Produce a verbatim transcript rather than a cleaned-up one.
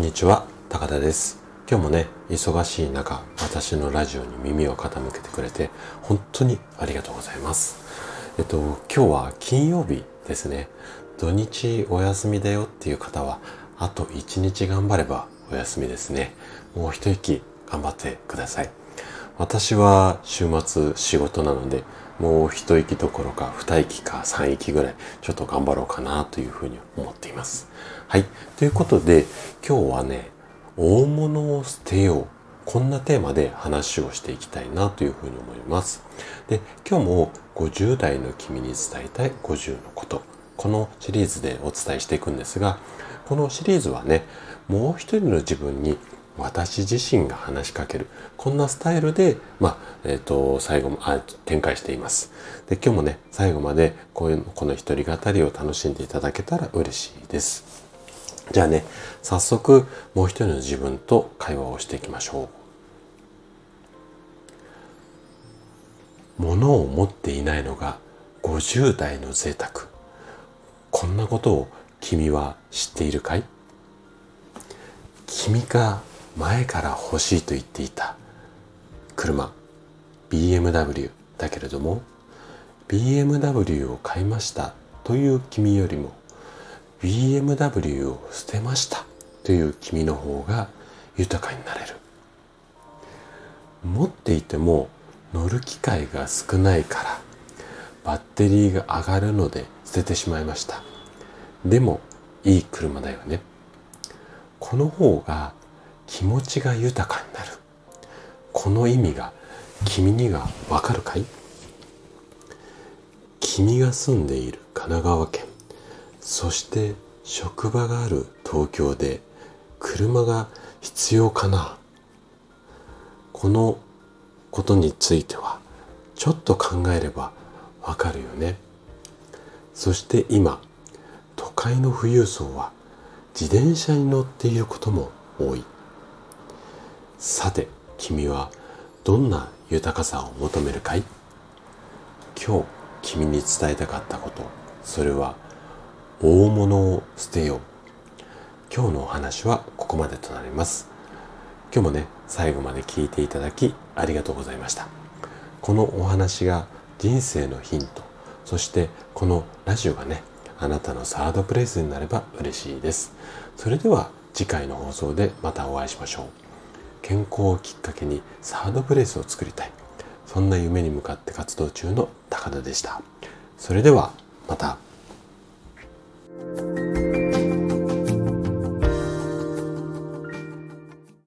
にちは、高田です。今日もね、忙しい中、私のラジオに耳を傾けてくれて本当にありがとうございます。えっと今日は金曜日ですね。土日お休みだよっていう方はあといちにち頑張ればお休みですね。もう一息頑張ってください。私は週末仕事なので、もう一息どころか二息か三息ぐらいちょっと頑張ろうかなというふうに思っています。はい。ということで今日はね、大物を捨てよう。こんなテーマで話をしていきたいなというふうに思います。で、今日もごじゅう代の君に伝えたいごじゅうのこと。このシリーズでお伝えしていくんですが、このシリーズはね、もう一人の自分に私自身が話しかける、こんなスタイルで、まあ、えっと、最後もあ展開しています。で、今日もね、最後までこういうこの一人語りを楽しんでいただけたら嬉しいです。じゃあね、早速もう一人の自分と会話をしていきましょう。物を持っていないのがごじゅう代の贅沢。こんなことを君は知っているかい？君が前から欲しいと言っていた車 ビーエムダブリュー だけれども、 ビーエムダブリュー を買いましたという君よりも ビーエムダブリュー を捨てましたという君の方が豊かになれる。持っていても乗る機会が少ないからバッテリーが上がるので捨ててしまいました。でもいい車だよね。この方が気持ちが豊かになる。この意味が君にはわかるかい？君が住んでいる神奈川県、そして職場がある東京で車が必要かな？このことについてはちょっと考えればわかるよね。そして今、都会の富裕層は自転車に乗っていることも多い。さて、君はどんな豊かさを求めるかい？今日君に伝えたかったこと、それは大物を捨てよう。今日のお話はここまでとなります。今日もね、最後まで聞いていただきありがとうございました。このお話が人生のヒント、そしてこのラジオがね、あなたのサードプレイスになれば嬉しいです。それでは次回の放送でまたお会いしましょう。健康をきっかけにサードプレイスを作りたい。そんな夢に向かって活動中の高田でした。それではまた。